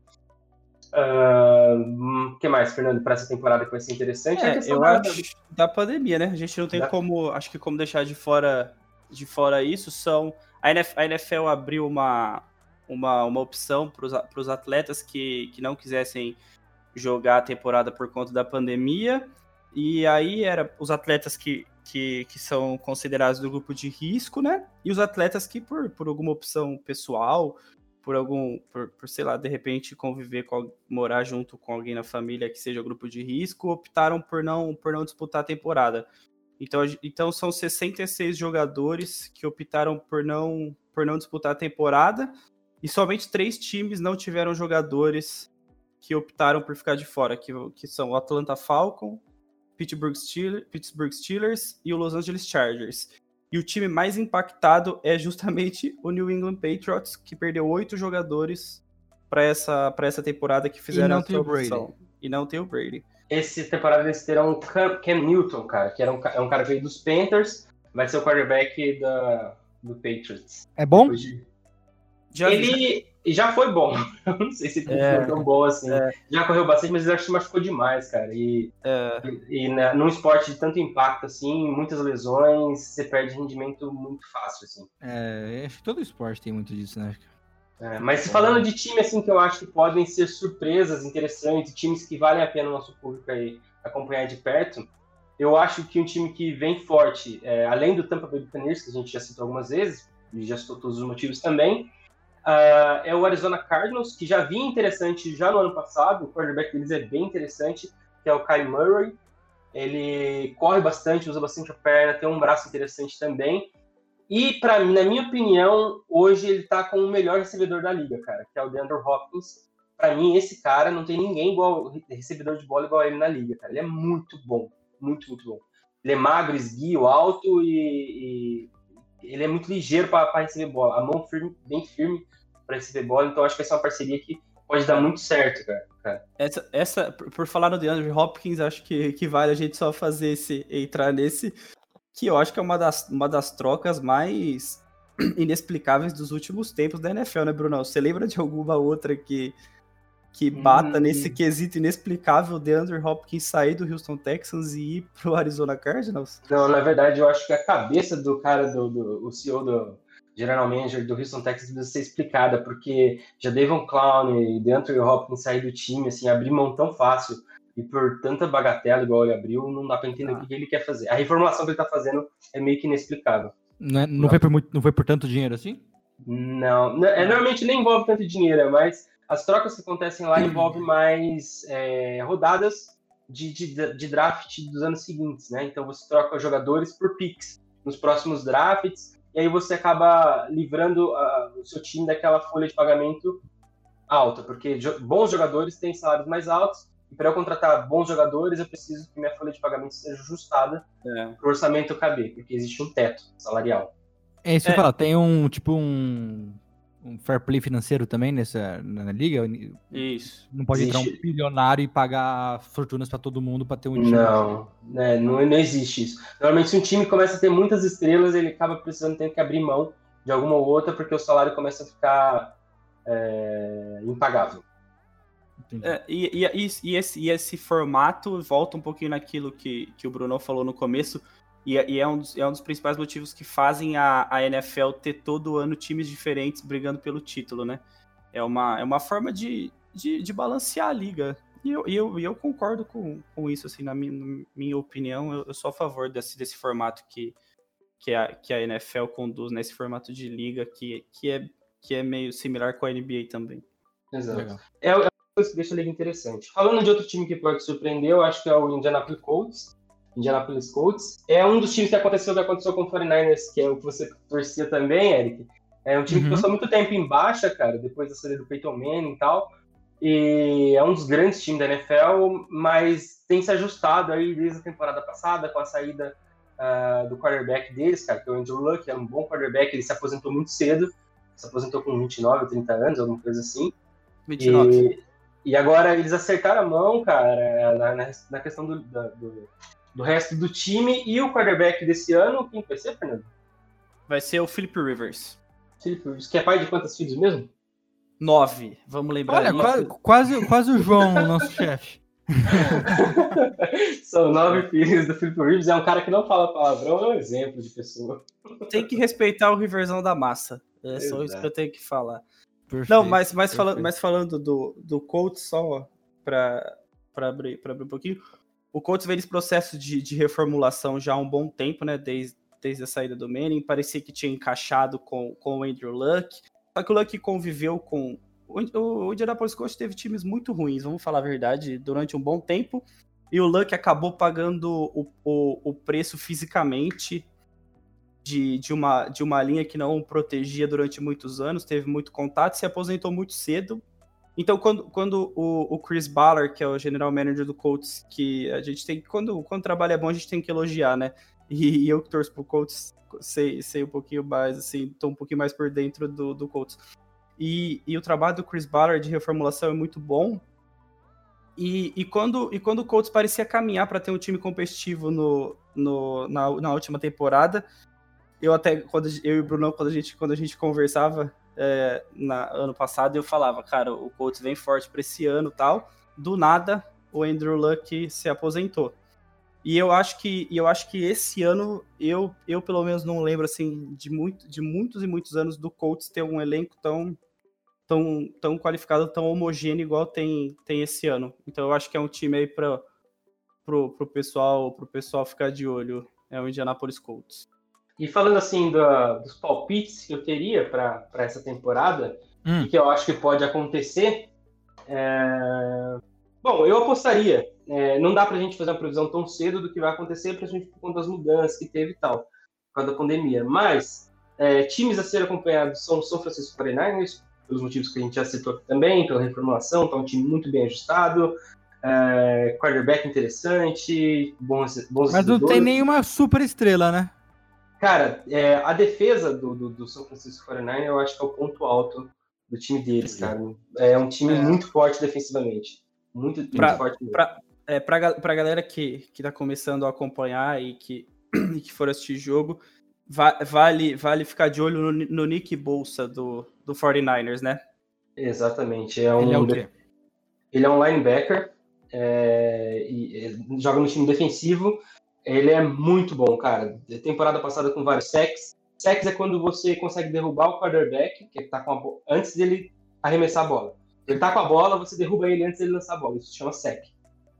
O uh, que mais, Fernando, para essa temporada que vai ser interessante? É, é eu da... acho da pandemia, né? A gente não tem da... como, acho que como deixar de fora, de fora isso. São a N F L abriu uma, uma, uma opção para os atletas que, que não quisessem jogar a temporada por conta da pandemia. E aí era os atletas que, que, que são considerados do grupo de risco, né? E os atletas que por, por alguma opção pessoal, por algum, por, por, sei lá, de repente conviver, com, morar junto com alguém na família que seja grupo de risco, optaram por não, por não disputar a temporada. Então, então são sessenta e seis jogadores que optaram por não, por não disputar a temporada e somente três times não tiveram jogadores que optaram por ficar de fora, que, que são o Atlanta Falcons, Pittsburgh Steelers, Pittsburgh Steelers e o Los Angeles Chargers. E o time mais impactado é justamente o New England Patriots, que perdeu oito jogadores para essa, para essa temporada que fizeram a opção. E não tem o Brady. Essa temporada eles terão o Cam, Cam Newton, cara, que era um, é um cara que veio dos Panthers, vai ser o quarterback da, do Patriots. É bom? De... Já ele vi. já foi bom. Eu não sei se ele é, foi tão bom assim. É. Já correu bastante, mas ele acho que machucou demais, cara. E, é. e, e né, num esporte de tanto impacto, assim, muitas lesões, você perde rendimento muito fácil, assim. É, acho que todo esporte tem muito disso, né? É, mas falando de time, assim, que eu acho que podem ser surpresas interessantes, times que valem a pena o nosso público aí acompanhar de perto, eu acho que um time que vem forte, é, além do Tampa Bay Buccaneers, que a gente já citou algumas vezes, e já citou todos os motivos também, Uh, é o Arizona Cardinals, que já vinha interessante já no ano passado. O quarterback deles é bem interessante, que é o Kyler Murray. Ele corre bastante, usa bastante a perna, tem um braço interessante também. E, pra mim, na minha opinião, hoje ele tá com o melhor recebedor da liga, cara, que é o DeAndre Hopkins. Pra mim, esse cara, não tem ninguém igual recebedor de bola igual a ele na liga, cara. Ele é muito bom, muito, muito bom. Ele é magro, esguio, alto e... e... ele é muito ligeiro para receber bola, a mão firme, bem firme para receber bola, então acho que essa é uma parceria que pode dar muito certo, cara. cara. Essa, essa, por falar no DeAndre Hopkins, acho que, que vale a gente só fazer esse, entrar nesse, que eu acho que é uma das, uma das trocas mais inexplicáveis dos últimos tempos da N F L, né, Bruno? Você lembra de alguma outra que, que bata hum. nesse quesito inexplicável de DeAndre Hopkins sair do Houston Texans e ir pro Arizona Cardinals? Não, na verdade, eu acho que a cabeça do cara, do, do o C E O, do General Manager do Houston Texans precisa ser explicada, porque já Devon Clown e DeAndre Hopkins sair do time, assim, abrir mão tão fácil e por tanta bagatela igual ele abriu, não dá pra entender ah. o que ele quer fazer. A reformulação que ele tá fazendo é meio que inexplicável. Não, é, não, não. Foi, por muito, não foi por tanto dinheiro assim? Não, não é, normalmente nem envolve tanto dinheiro, é mais... As trocas que acontecem lá envolvem mais é, rodadas de, de, de draft dos anos seguintes, né? Então você troca jogadores por picks nos próximos drafts, e aí você acaba livrando uh, o seu time daquela folha de pagamento alta, porque jo- bons jogadores têm salários mais altos, e para eu contratar bons jogadores, eu preciso que minha folha de pagamento seja ajustada é. para o orçamento caber, porque existe um teto salarial. É isso que é. eu falo, tem um, tipo um... um fair play financeiro também nessa na liga? Isso. Não pode existe. entrar um bilionário e pagar fortunas para todo mundo para ter um time. Não, né, não, não existe isso. Normalmente, se um time começa a ter muitas estrelas, ele acaba precisando ter que abrir mão de alguma ou outra, porque o salário começa a ficar é, impagável. É, e, e, e, esse, e esse formato volta um pouquinho naquilo que, que o Bruno falou no começo, e, e é, um dos, é um dos principais motivos que fazem a, a N F L ter todo ano times diferentes brigando pelo título, né? É uma, é uma forma de, de, de balancear a liga. E eu, e eu, e eu concordo com, com isso, assim, na minha, na minha opinião, eu, eu sou a favor desse, desse formato que, que, a, que a N F L conduz, nesse formato de liga, que, que, é, que é meio similar com a N B A também. Exato. É, é uma coisa que deixa a liga interessante. Falando de outro time que pode surpreender, eu acho que é o Indianapolis Colts. Indianapolis Colts é um dos times que aconteceu o que aconteceu com o quarenta e nine ers, que é o que você torcia também, Eric. É um time uhum. que passou muito tempo em baixa, cara, depois da saída do Peyton Manning e tal. E é um dos grandes times da N F L, mas tem se ajustado aí desde a temporada passada com a saída uh, do quarterback deles, cara, que é o Andrew Luck, que é um bom quarterback, ele se aposentou muito cedo, se aposentou com vinte e nove, trinta anos, alguma coisa assim. vinte e nove. E, e agora eles acertaram a mão, cara, na, na, na questão do, do, do resto do time. E o quarterback desse ano, quem vai ser, Fernando? Vai ser o Philip Rivers. Philip Rivers, que é pai de quantos filhos mesmo? Nove, vamos lembrar. Olha, quase, quase, quase o João, o nosso chefe. São nove filhos do Philip Rivers, é um cara que não fala palavrão, é um exemplo de pessoa. Tem que respeitar o Riverzão da massa, é Exato. Só isso que eu tenho que falar. Perfeito, não, mas, mas, falando, mas falando do, do Colts, só para abrir, abrir um pouquinho, o Colts vem nesse processo de, de reformulação já há um bom tempo, né, desde, desde a saída do Manning, parecia que tinha encaixado com, com o Andrew Luck. Só que o Luck conviveu com... O Indianapolis Colts teve times muito ruins, vamos falar a verdade, durante um bom tempo. E o Luck acabou pagando o, o, o preço fisicamente de, de, uma, de uma linha que não o protegia durante muitos anos. Teve muito contato, se aposentou muito cedo. Então, quando, quando o, o Chris Ballard, que é o general manager do Colts, que a gente tem... Quando, quando o trabalho é bom, a gente tem que elogiar, né? E, e eu que torço pro Colts... Sei, sei um pouquinho mais, assim, tô um pouquinho mais por dentro do, do Colts. E, e o trabalho do Chris Ballard de reformulação é muito bom. E, e, quando, e quando o Colts parecia caminhar para ter um time competitivo no, no, na, na última temporada, eu até, quando eu e o Bruno, quando a gente, quando a gente conversava é, na, ano passado, eu falava, cara, o Colts vem forte para esse ano e tal. Do nada, o Andrew Luck se aposentou. E eu acho que, eu acho que esse ano, eu, eu pelo menos não lembro assim, de, muito, de muitos e muitos anos do Colts ter um elenco tão, tão, tão qualificado, tão homogêneo igual tem, tem esse ano. Então eu acho que é um time aí para pro, pro pessoal, pro pessoal ficar de olho, é o Indianapolis Colts. E falando assim do, dos palpites que eu teria para essa temporada, hum. e que eu acho que pode acontecer, é... bom, eu apostaria. É, não dá pra gente fazer uma previsão tão cedo do que vai acontecer, principalmente por conta das mudanças que teve e tal, por causa da pandemia. Mas, é, times a ser acompanhados são o São Francisco quarenta e nine ers, pelos motivos que a gente já citou aqui também, pela reformulação, tá um time muito bem ajustado, é, quarterback interessante, bons, bons Mas não tem nenhuma super estrela, né? Cara, é, a defesa do, do, do São Francisco quarenta e nine ers eu acho que é o ponto alto do time deles, cara. É um time é. muito forte defensivamente. Muito, muito pra, forte mesmo. Pra... É, pra, pra galera que, que tá começando a acompanhar e que, e que for assistir jogo, va, vale, vale ficar de olho no, no Nick Bosa do, do quarenta e nine ers, né? Exatamente. É um, ele é o quê? Ele é um linebacker, é, e, e joga no time defensivo. Ele é muito bom, cara. Temporada passada com vários sacks. Sacks é quando você consegue derrubar o quarterback, que tá com a bo- antes dele arremessar a bola. Ele tá com a bola, você derruba ele antes dele lançar a bola. Isso se chama sack.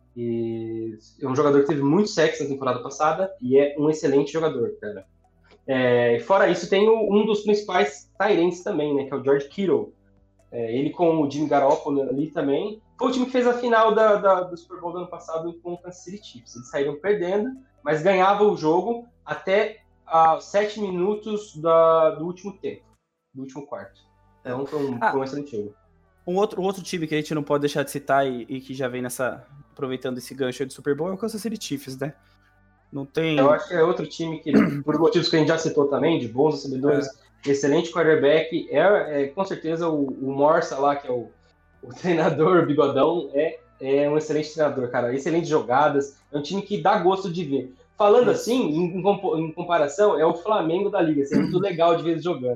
E é um jogador que teve muitos sacks na temporada passada e é um excelente jogador, cara. É, fora isso, tem o, um dos principais tight ends também, né, que é o George Kittle. É, ele com o Jimmy Garoppolo ali também. Foi o time que fez a final da, da, do Super Bowl do ano passado com o Kansas City Chiefs. Eles saíram perdendo, mas ganhavam o jogo até uh, sete minutos da, do último tempo, do último quarto. Então foi um, ah. foi um excelente jogo. Um outro, outro time que a gente não pode deixar de citar e, e que já vem nessa, aproveitando esse gancho de Super Bowl é o Kansas City Chiefs, né? Não tem... Eu acho que é outro time que, por motivos que a gente já citou também, de bons recebedores, é. excelente quarterback, é, é com certeza o, o Morsa lá, que é o, o treinador bigodão, é, é um excelente treinador, cara. Excelentes jogadas, é um time que dá gosto de ver. Falando assim, em, em comparação, é o Flamengo da liga, assim, é muito legal de ver eles jogando.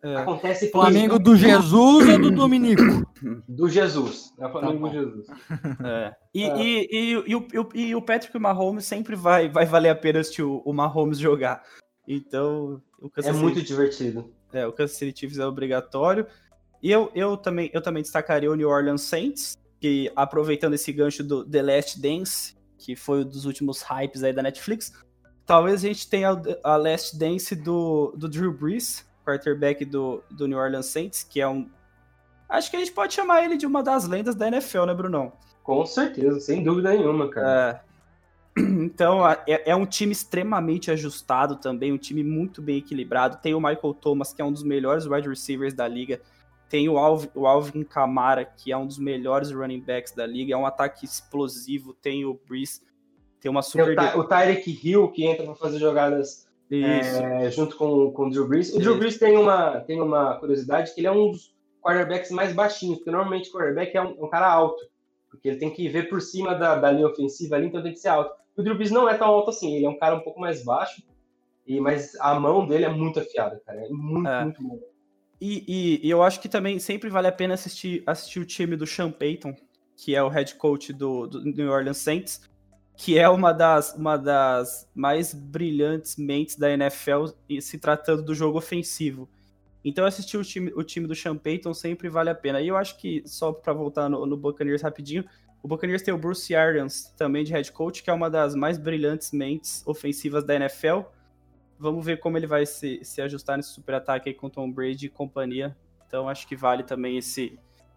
É. Acontece com Flamengo do Jesus ou do Dominico? Do Jesus. É o Flamengo Tá do Jesus. É. E, É. E, e, e, o, e, o, e o Patrick Mahomes sempre vai, vai valer a pena assistir o, o Mahomes jogar. Então, o Kansas É City, muito divertido. é, o Kansas City Chiefs é obrigatório. E eu, eu, também, eu também destacaria o New Orleans Saints, que aproveitando esse gancho do The Last Dance, que foi um dos últimos hypes aí da Netflix, talvez a gente tenha a Last Dance do, do Drew Brees, quarterback do, do New Orleans Saints, que é um... Acho que a gente pode chamar ele de uma das lendas da N F L, né, Brunão? Com certeza, sem dúvida nenhuma, cara. É. Então, é, é um time extremamente ajustado também, um time muito bem equilibrado. Tem o Michael Thomas, que é um dos melhores wide receivers da liga. Tem o Alvin, o Alvin Kamara, que é um dos melhores running backs da liga. É um ataque explosivo. Tem o Brees, tem uma super... Tem o, Ty- o Tyreek Hill, que entra para fazer jogadas Isso. é, junto com, com o Drew Brees. O Drew Isso. Brees tem uma, tem uma curiosidade, que ele é um dos quarterbacks mais baixinhos, porque normalmente o quarterback é um, um cara alto, porque ele tem que ver por cima da, da linha ofensiva ali, então tem que ser alto. O Drew Brees não é tão alto assim, ele é um cara um pouco mais baixo, e, mas a mão dele é muito afiada, cara. É muito, É. muito bom. E, e, e eu acho que também sempre vale a pena assistir, assistir o time do Sean Payton, que é o head coach do, do New Orleans Saints, que é uma das, uma das mais brilhantes mentes da N F L se tratando do jogo ofensivo. Então assistir o time, o time do Sean Payton sempre vale a pena. E eu acho que, só para voltar no, no Buccaneers rapidinho, o Buccaneers tem o Bruce Arians, também de head coach, que é uma das mais brilhantes mentes ofensivas da N F L. Vamos ver como ele vai se, se ajustar nesse super ataque aí com Tom Brady e companhia. Então acho que vale também esse,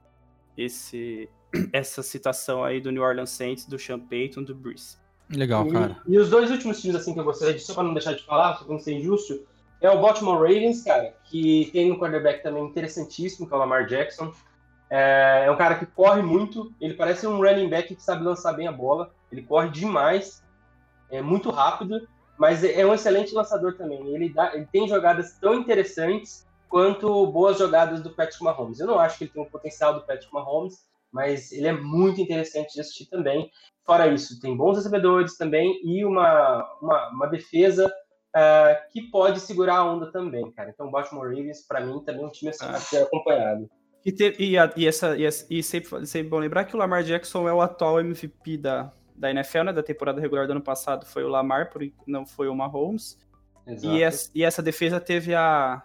esse, essa citação aí do New Orleans Saints, do Sean Payton, do Brees. Legal, E, cara. e os dois últimos times assim que eu gostaria de, só para não deixar de falar, só para não ser injusto, é o Baltimore Ravens, cara, que tem um quarterback também interessantíssimo, que é o Lamar Jackson. É, é um cara que corre muito, ele parece um running back que sabe lançar bem a bola, ele corre demais, é muito rápido, mas é um excelente lançador também. Ele, dá, ele tem jogadas tão interessantes quanto boas jogadas do Patrick Mahomes. Eu não acho que ele tem o potencial do Patrick Mahomes, mas ele é muito interessante de assistir também. Fora isso, tem bons recebedores também e uma, uma, uma defesa uh, que pode segurar a onda também, cara. Então o Baltimore Ravens, para mim, também é um time assim, a ser acompanhado. E, ter, e, a, e, essa, e, essa, e sempre, sempre bom lembrar que o Lamar Jackson é o atual M V P da, da N F L, né? Da temporada regular do ano passado foi o Lamar, por, não foi o Mahomes. E essa, e essa defesa teve a,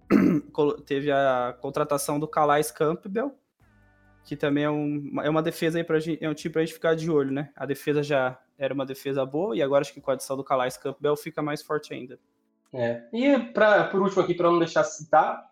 teve a contratação do Calais Campbell, que também é, um, é uma defesa aí pra gente, é um time pra gente ficar de olho, né? A defesa já era uma defesa boa, e agora acho que com a adição do Calais Campbell fica mais forte ainda. É. E pra, por último aqui, para não deixar citar,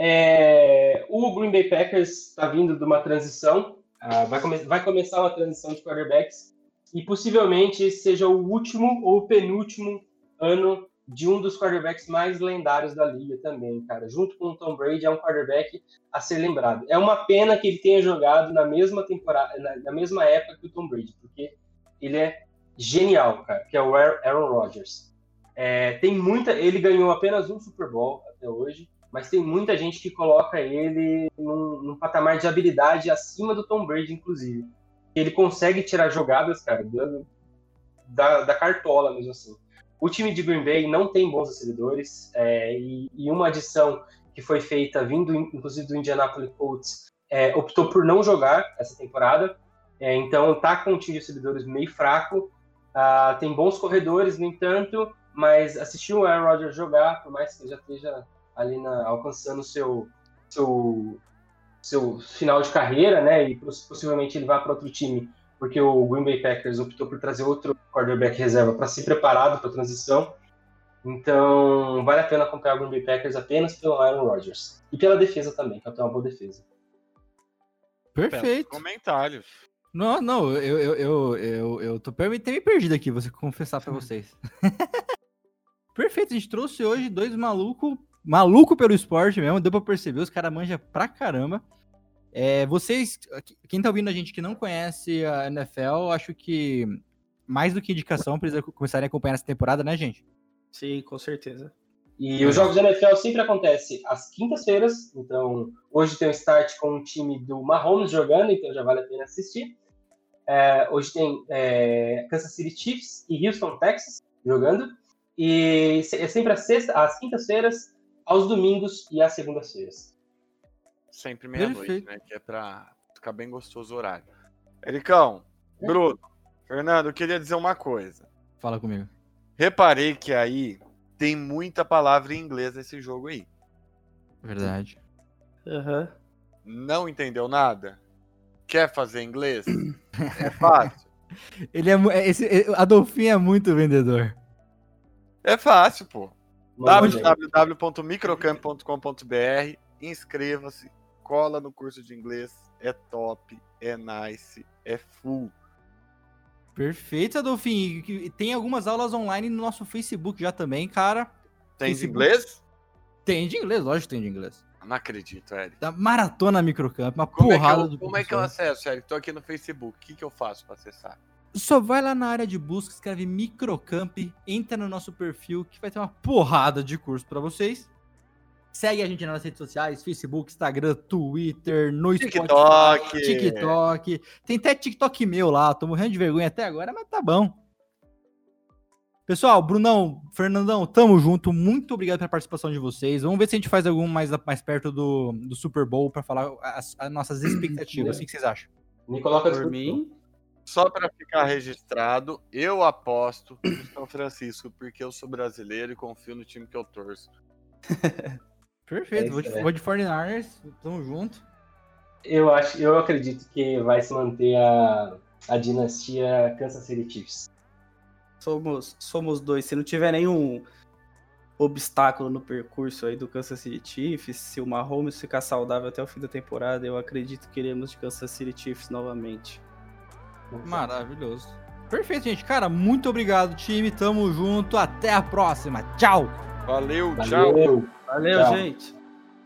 é, o Green Bay Packers está vindo de uma transição, uh, vai, come- vai começar uma transição de quarterbacks, e possivelmente esse seja o último ou penúltimo ano de um dos quarterbacks mais lendários da liga também, cara. Junto com o Tom Brady, é um quarterback a ser lembrado. É uma pena que ele tenha jogado na mesma temporada, na, na mesma época que o Tom Brady, porque ele é genial, cara, que é o Aaron Rodgers. É, tem muita, ele ganhou apenas um Super Bowl até hoje, mas tem muita gente que coloca ele num, num patamar de habilidade acima do Tom Brady, inclusive. Ele consegue tirar jogadas, cara, da, da cartola mesmo assim. O time de Green Bay não tem bons recebedores, é, e, e uma adição que foi feita, vindo inclusive do Indianapolis Colts, é, optou por não jogar essa temporada, é, então tá com um time de recebedores meio fraco, uh, tem bons corredores, no entanto, mas assistir o Aaron Rodgers jogar, por mais que ele já esteja ali na, alcançando o seu, seu, seu final de carreira, né, e possivelmente ele vá para outro time, porque o Green Bay Packers optou por trazer outro quarterback reserva para ser preparado para a transição. Então, vale a pena acompanhar o Green Bay Packers apenas pelo Aaron Rodgers. E pela defesa também, que é uma boa defesa. Perfeito. Comentários. Não, não, eu, eu, eu, eu, eu tô até me perdido aqui, vou confessar pra vocês. Perfeito, a gente trouxe hoje dois malucos, maluco pelo esporte mesmo, deu pra perceber, os caras manjam pra caramba. É, vocês, quem tá ouvindo a gente que não conhece a N F L, acho que mais do que indicação precisa começarem a acompanhar essa temporada, né, gente? Sim, com certeza. E é. Os jogos da N F L sempre acontecem às quintas-feiras, então hoje tem um start com o time do Mahomes jogando, então já vale a pena assistir. É, hoje tem é, Kansas City Chiefs e Houston, Texas jogando, e é sempre às, sexta, às quintas-feiras, aos domingos e às segundas-feiras. Sempre meia-noite, Perfeito. né? Que é pra ficar bem gostoso o horário. Ericão, Bruno, Fernando, eu queria dizer uma coisa. Fala comigo. Reparei que aí tem muita palavra em inglês nesse jogo aí. Verdade. Aham. Não entendeu nada? Quer fazer inglês? É fácil. Ele é, mu- é- esse, é- Adolfinho é muito vendedor. É fácil, pô. Manda bem. w w w ponto microcamp ponto com ponto b r. Inscreva-se, cola no curso de inglês. É top, é nice, é full. Perfeito, Adolfinho. E- e Tem algumas aulas online no nosso Facebook já também, cara. Tem de Facebook. inglês? Tem de inglês, lógico que tem de inglês. Não acredito, Eric. Da Maratona Microcamp, uma Como, é que, porrada eu, do como é que eu professor. acesso, Eric? Tô aqui no Facebook. O que, que eu faço pra acessar? Só vai lá na área de busca, escreve Microcamp, entra no nosso perfil que vai ter uma porrada de curso pra vocês. Segue a gente nas redes sociais, Facebook, Instagram, Twitter, no TikTok. Spotify, TikTok. Tem até TikTok meu lá, tô morrendo de vergonha até agora, mas tá bom. Pessoal, Brunão, Fernandão, tamo junto. Muito obrigado pela participação de vocês. Vamos ver se a gente faz algum mais, mais perto do, do Super Bowl pra falar as, as nossas expectativas. O que que vocês acham? Me coloca à Por disposição. mim, Só pra ficar registrado, eu aposto no São Francisco, porque eu sou brasileiro e confio no time que eu torço. Perfeito, É vou de, isso, é. vou de forty-niners, tamo junto. Eu, acho, eu acredito que vai se manter a, a dinastia Kansas City Chiefs. somos, somos dois. Se não tiver nenhum obstáculo no percurso aí do Kansas City Chiefs, se o Mahomes ficar saudável até o fim da temporada, eu acredito que iremos de Kansas City Chiefs novamente. Maravilhoso. Perfeito, gente. Cara, muito obrigado, time. Tamo junto. Até a próxima. Tchau. Valeu, tchau. Valeu! Valeu, Tchau. gente!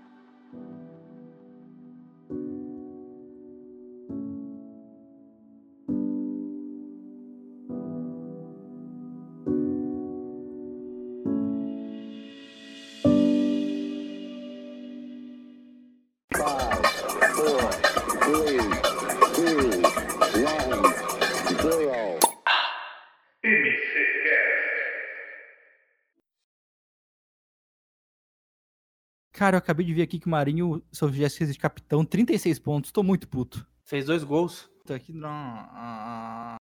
Cara, eu acabei de ver aqui que o Marinho, se eu tivesse de capitão, trinta e seis pontos. Tô muito puto. Fez dois gols. Tô aqui. Não.